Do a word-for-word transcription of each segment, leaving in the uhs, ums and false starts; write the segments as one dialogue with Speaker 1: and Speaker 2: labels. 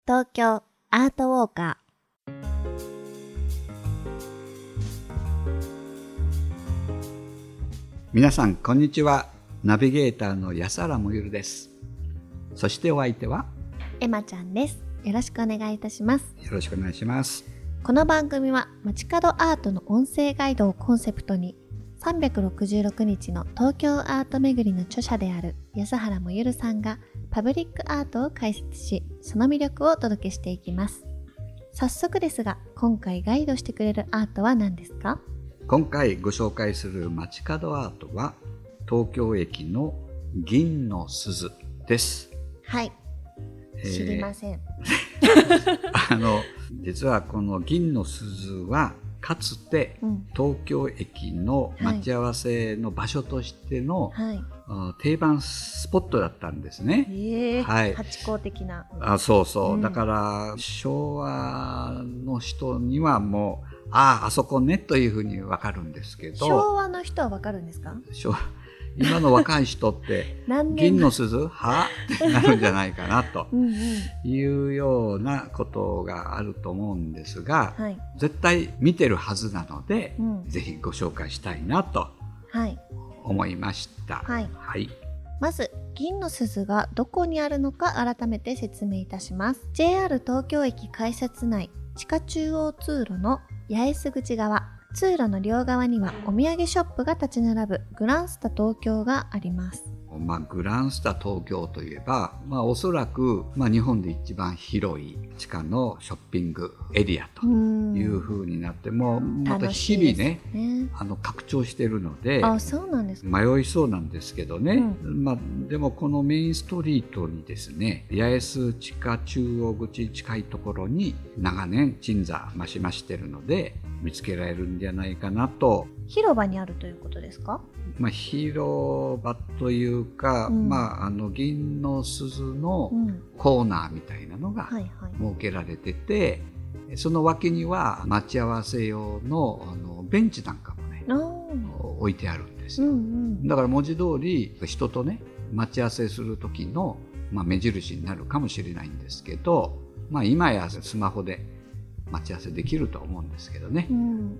Speaker 1: 東京アートウォーカー。
Speaker 2: 皆さんこんにちは。ナビゲーターの安原もゆるです。そしてお相手は
Speaker 1: エマちゃんです。よろしくお願いいたします。
Speaker 2: よろしくお願いします。
Speaker 1: この番組は街角アートの音声ガイドをコンセプトにさんびゃくろくじゅうろくにちの東京アート巡りの著者である安原もゆるさんがパブリックアートを解説し、その魅力をお届けしていきます。早速ですが、今回ガイドしてくれるアートは何ですか？
Speaker 2: 今回ご紹介する街角アートは東京駅の銀の鈴です。
Speaker 1: はい、えー、知りません
Speaker 2: あの実はこの銀の鈴はかつて東京駅の待ち合わせの場所としての、はいはい、定番スポットだったんですね。
Speaker 1: えーはい、ハチ公的な。
Speaker 2: あ、そうそう、うん、だから昭和の人にはもうあああそこねというふうに分かるんですけど。
Speaker 1: 昭和の人は分かるんですか？
Speaker 2: 昭和今の若い人って銀の鈴はってなるんじゃないかなというようなことがあると思うんですが、はい、絶対見てるはずなので、うん、ぜひご紹介したいなと思いました。はいはい、
Speaker 1: まず銀の鈴がどこにあるのか改めて説明いたします。 ジェイアール 東京駅改札内地下中央通路の八重洲口側、通路の両側にはお土産ショップが立ち並ぶグランスタ東京があります。
Speaker 2: まあ、グランスタ東京といえば、まあ、おそらく、まあ、日本で一番広い地下のショッピングエリアというふうになってもまた日々 ね, ねあの拡張しているので、
Speaker 1: あ、そうなんですか。
Speaker 2: 迷いそうなんですけどね、うんまあ、でもこのメインストリートにですね、八重洲地下中央口近いところに長年鎮座増し増しているので見つけられるんじゃないかなと。
Speaker 1: 広場にあるということですか？
Speaker 2: まあ、広場というか、うんまあ、あの銀の鈴のコーナーみたいなのが設けられてて、うんはいはい、その脇には待ち合わせ用 の, あのベンチなんかもね置いてあるんですよ、うんうん、だから文字通り人とね待ち合わせする時の、まあ、目印になるかもしれないんですけど、まあ、今やスマホで待ち合わせできると思うんですけどね、うん、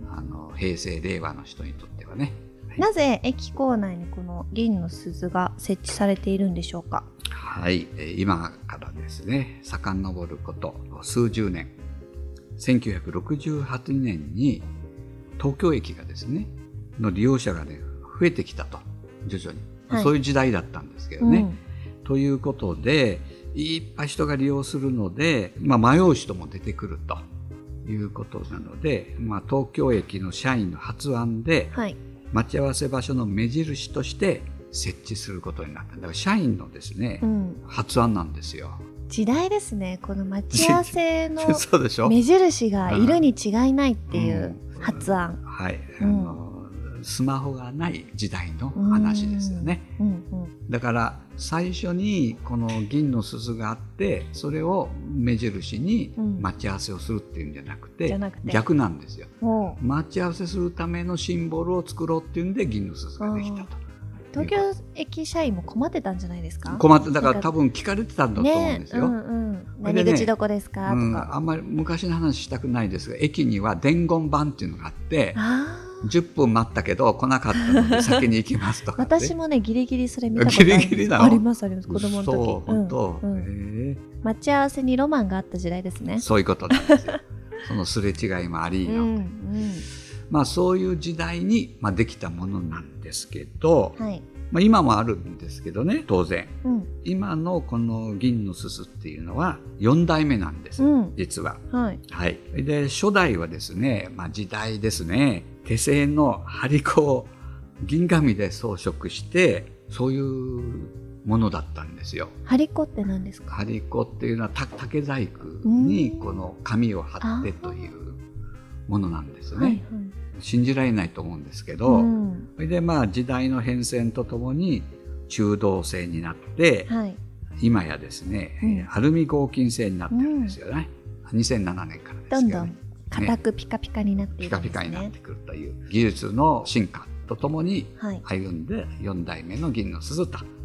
Speaker 2: あの平成令和の人にとってはね。
Speaker 1: はい、なぜ駅構内にこの銀の鈴が設置されているんでしょうか？
Speaker 2: はい、今からですね遡ること数十年、せんきゅうひゃくろくじゅうはちねんに東京駅がですねの利用者がね増えてきたと、徐々に、はい、そういう時代だったんですけどね、うん、ということでいっぱい人が利用するので、まあ、迷う人も出てくるということなので、まあ、東京駅の社員の発案で、はい待ち合わせ場所の目印として設置することになった。だから社員のですね、うん、発案なんですよ。
Speaker 1: 時代ですね。この待ち合わせの目印がいるに違いないっていう発案、
Speaker 2: うんうん、はい、うん、あのスマホがない時代の話ですよね、うんうんうん、だから最初にこの銀の鈴があってそれを目印に待ち合わせをするっていうんじゃなくて、うん、なくて逆なんですよ。待ち合わせするためのシンボルを作ろうっていうんで銀の鈴ができたと。
Speaker 1: 東京駅社員も困ってたんじゃないですか？
Speaker 2: 困ってだから多分聞かれてたんだと思うんですよ、ねうんうん、
Speaker 1: 何口どこですか、ね、とか、
Speaker 2: うん、あんまり昔の話したくないですが駅には伝言板っていうのがあってあじゅっぷん待ったけど来なかったので先に行きますとか
Speaker 1: 私もねギリギリそれ見たことあります。ギリギリなの？ありますあります。子供の時。そう
Speaker 2: 本当、
Speaker 1: うんうん、待ち合わせにロマンがあった時代ですね。
Speaker 2: そういうことなんですよそのすれ違いもありの、うんうんまあ、そういう時代に、まあ、できたものなんですけど、はいまあ、今もあるんですけどね当然、うん、今のこの銀の鈴っていうのはよんだいめなんです、うん、実は、はいはい、で初代はですね、まあ、時代ですね手製の張り子を銀紙で装飾してそういうものだったんですよ。
Speaker 1: 張り子って何ですか？
Speaker 2: 張り子っていうのは竹細工にこの紙を貼ってというものなんですね、はいはい、信じられないと思うんですけど、うん、それでまあ時代の変遷とともに中銅製になって、はい、今やですね、うん、アルミ合金製になってるんですよね、うん、にせんななねんからですけどね、
Speaker 1: どんどん硬くピカピカになっているんですね。
Speaker 2: ピカピカになってくるという技術の進化とともに歩んでよんだいめの銀の鈴と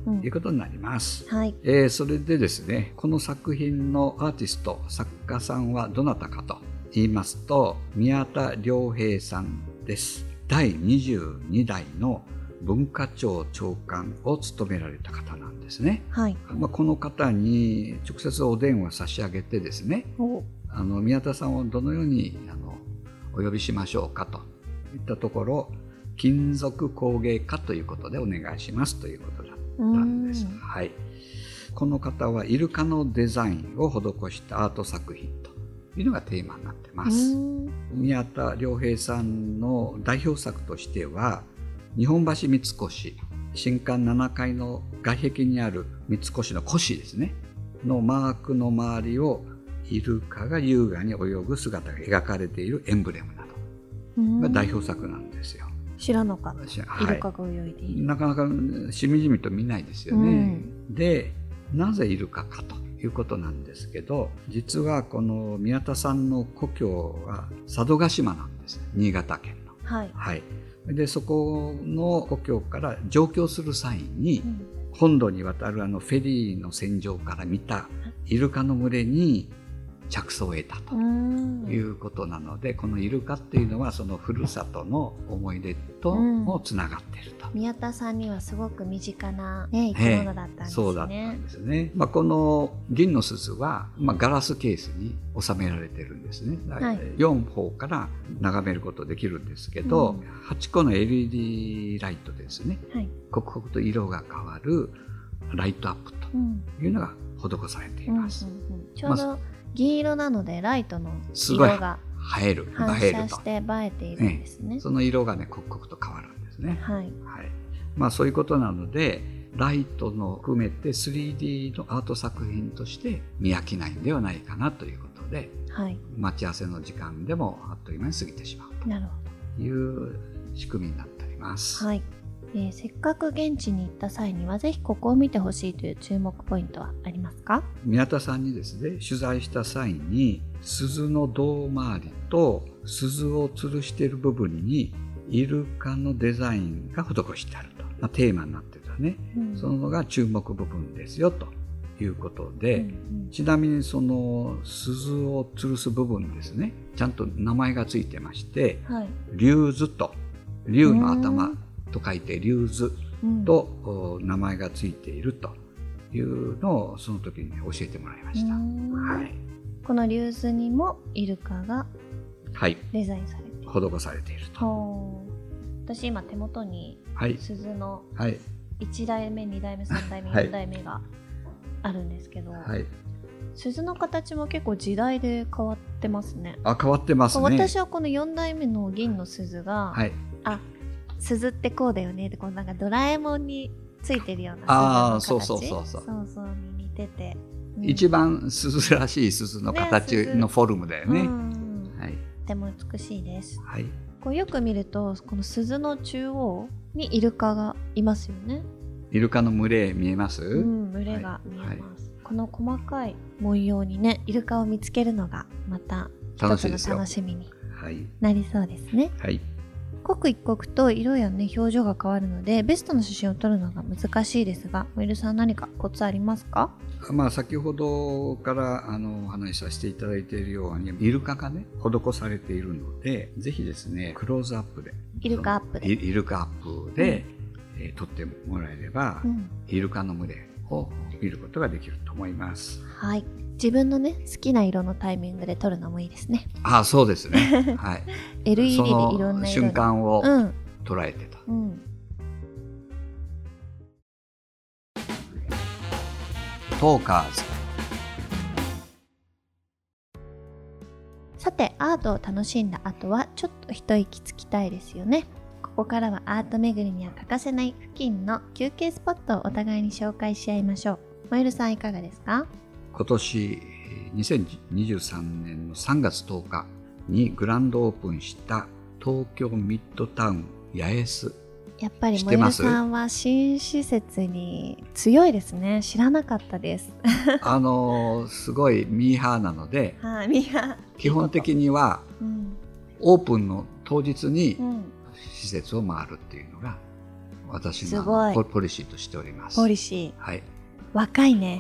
Speaker 2: いうことになります、
Speaker 1: はい。
Speaker 2: えーそれでですね、この作品のアーティスト作家さんはどなたかと言いますと、宮田良平さんです。だいにじゅうにだいの文化庁長官を務められた方なんですね。
Speaker 1: はい。
Speaker 2: まあ、この方に直接お電話差し上げてですね、
Speaker 1: お
Speaker 2: あの宮田さんをどのようにあのお呼びしましょうかといったところ、金属工芸家ということでお願いしますということだったんです。はい、この方はイルカのデザインを施したアート作品というのがテーマになっています。宮田良平さんの代表作としては、日本橋三越新館ななかいの外壁にある三越の越ですねのマークの周りをイルカが優雅に泳ぐ姿が描かれているエンブレムなどが代表作なんですよ。
Speaker 1: 知らなかった、
Speaker 2: はい、
Speaker 1: イルカが泳いでいる。
Speaker 2: なかなかしみじみと見ないですよね、うん、でなぜイルカかということなんですけど、実はこの宮田さんの故郷は佐渡島なんです、新潟県の。はい、はい、でそこの故郷から上京する際に、うん、本土に渡るあのフェリーの船上から見たイルカの群れに着想を得たということなので、このイルカっていうのはそのふるさとの思い出ともつながっていると、うん、
Speaker 1: 宮田さんにはすごく身近な、ね、生き物だったんですね。
Speaker 2: そうだったんですね。まあ、この銀の鈴は、まあ、ガラスケースに収められてるんですね、はい、よんほうから眺めることできるんですけど、うん、はちこの エルイーディー ライトですね、はい、刻々と色が変わるライトアップというのが施されています、うんうんうんうん、
Speaker 1: ちょうど、まあ銀色なのでライトの色が
Speaker 2: 映える
Speaker 1: 反射して映えているんですね。
Speaker 2: その色がね刻々と変わるんですね。
Speaker 1: はい、
Speaker 2: はい、まあそういうことなので、ライトの含めて スリーディー のアート作品として見飽きないんではないかなということで、はい、待ち合わせの時間でもあっという間に過ぎてしまうという仕組みになっております。
Speaker 1: はい、えー、せっかく現地に行った際にはぜひここを見てほしいという注目ポイントはありますか？
Speaker 2: 宮田さんにですね、取材した際に鈴の胴回りと鈴を吊るしている部分にイルカのデザインが施してあると、まあ、テーマになってたね、うん、そのが注目部分ですよということで、うんうん、ちなみにその鈴を吊るす部分ですね、ちゃんと名前がついてまして、はい、竜頭と竜の頭と書いて竜頭と名前がついているというのをその時に教えてもらいました。はい、
Speaker 1: この竜頭にもイルカがデザインされている、
Speaker 2: はい、施されていると。
Speaker 1: 私今手元に鈴のいちだいめ、にだいめ、さんだいめ、よんだいめがあるんですけど、はい、鈴の形も結構時代で変わってますね。
Speaker 2: あ、変わってますね。
Speaker 1: 私はこのよんだいめの銀の鈴が、はい、あ、鈴ってこうだよねってこうなんかドラえもんについてるような鈴の形、あ、そうそうそうそうそうそうに似てて、
Speaker 2: うん、一番鈴らしい鈴の形のフォルムだよね。
Speaker 1: ね、うん、はい、とても美しいです。
Speaker 2: はい、
Speaker 1: こうよく見るとこの鈴の中央にイルカがいますよね。
Speaker 2: イルカの群れ見えます？
Speaker 1: うん、群れが見えます、はいはい、この細かい文様にねイルカを見つけるのがまた一つの楽しみになりそうですね。
Speaker 2: はい、
Speaker 1: 刻一刻と色やね表情が変わるのでベストの写真を撮るのが難しいですが、モエルさん何かコツありますか？
Speaker 2: まあ、先ほどからあのお話しさせていただいているようにイルカがね施されているので、ぜひですねクローズアップで
Speaker 1: イルカアップで
Speaker 2: イルカアップで、うん、えー、撮ってもらえれば、うん、イルカの群れを見ることができると思います。
Speaker 1: はい、自分のね好きな色のタイミングで撮るのもいいですね。
Speaker 2: ああ、そうですね。はい。
Speaker 1: エルイーディー でいろんな色
Speaker 2: 瞬間を捉えてと。うんうん、トーカーズ。
Speaker 1: さてアートを楽しんだ後はちょっと一息つきたいですよね。ここからはアート巡りには欠かせない付近の休憩スポットをお互いに紹介し合いましょう。モエルさんいかがですか？
Speaker 2: 今年にせんにじゅうさんねんのさんがつとおかにグランドオープンした東京ミッドタウン八重洲。
Speaker 1: やっぱりモエルさんは新施設に強いですね。知らなかったです。
Speaker 2: あのすごいミーハーなので、
Speaker 1: はあ、ミーハー
Speaker 2: 基本的には、うん、オープンの当日に施設を回るっていうのが私
Speaker 1: すごい
Speaker 2: のポリシーとしております。
Speaker 1: ポリシー、
Speaker 2: はい、
Speaker 1: 若いね。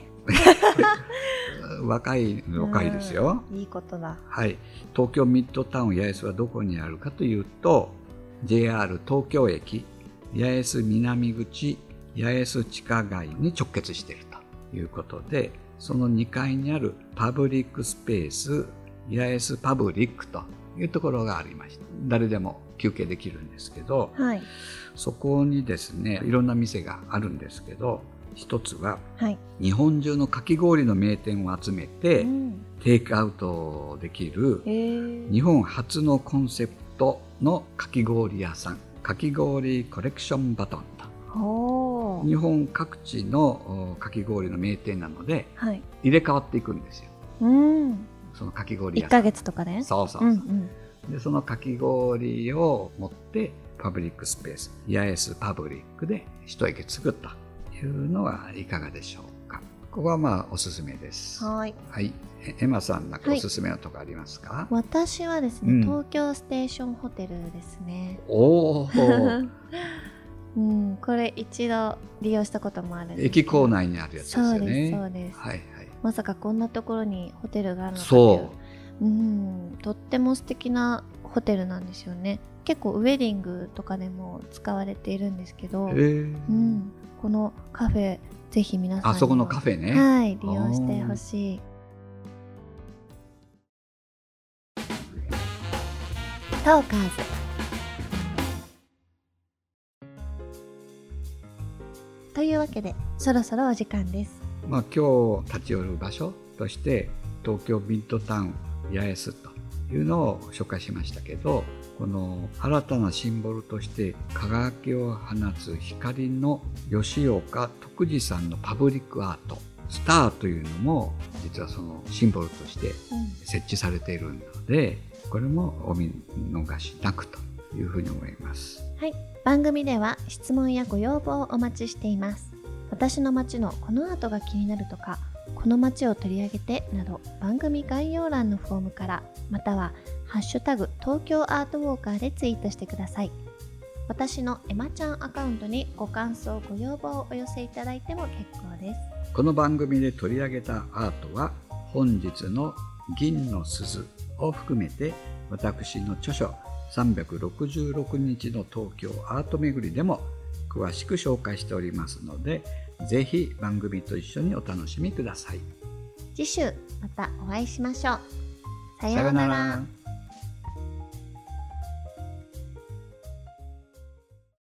Speaker 2: 若い若いですよ。
Speaker 1: いいことだ。
Speaker 2: はい、東京ミッドタウン八重洲はどこにあるかというと ジェイアール 東京駅八重洲南口八重洲地下街に直結しているということで、そのにかいにあるパブリックスペース八重洲パブリックというところがありまして、誰でも休憩できるんですけど、
Speaker 1: はい、
Speaker 2: そこにですねいろんな店があるんですけど、一つは、
Speaker 1: はい、
Speaker 2: 日本中のかき氷の名店を集めて、うん、テイクアウトできる日本初のコンセプトのかき氷屋さん、かき氷コレクションバトンと、日本各地のかき氷の名店なので、はい、入れ替わっていくんですよ、うん、そのかき氷屋さんいっかげつとかで、そうそうそう、うんうん、でそのかき氷を持ってパブリックスペース八重洲パブリックで一駅作ったいうのはいかがでしょうか。ここはまあおすすめです。はい、はい、エマさんなんかおすすめのとこありますか？はい、
Speaker 1: 私はですね、うん、東京ステーションホテルですね。
Speaker 2: おお、
Speaker 1: うん、これ一度利用したこともあるんですけど、
Speaker 2: 駅構内にあるやつですよね。
Speaker 1: そうですそうです、はいはい、まさかこんなところにホテルがあるのかという、そう、うん、とっても素敵なホテルなんですよね。結構ウェディングとかでも使われているんですけど、うん、このカフェぜひ皆さんに
Speaker 2: あそこのカフェね、
Speaker 1: はい、利用してほしい。トーカーズというわけでそろそろお時間です。
Speaker 2: まあ、今日立ち寄る場所として東京ミッドタウン八重洲というのを紹介しましたけど、この新たなシンボルとして輝きを放つ光の吉岡徳次さんのパブリックアートスターというのも実はそのシンボルとして設置されているので、うん、これもお見逃しなくというふうに思います。
Speaker 1: はい、番組では質問やご要望をお待ちしています。私の街のこのアートが気になるとか、この街を取り上げてなど、番組概要欄のフォームから、またはハッシュタグ東京アートウォーカーでツイートしてください。私のエマちゃんアカウントにご感想ご要望をお寄せいただいても結構です。
Speaker 2: この番組で取り上げたアートは本日の銀の鈴を含めて、私の著書さんびゃくろくじゅうろくにちの東京アート巡りでも詳しく紹介しておりますので、ぜひ番組と一緒にお楽しみください。
Speaker 1: 次週またお会いしましょう。さようなら。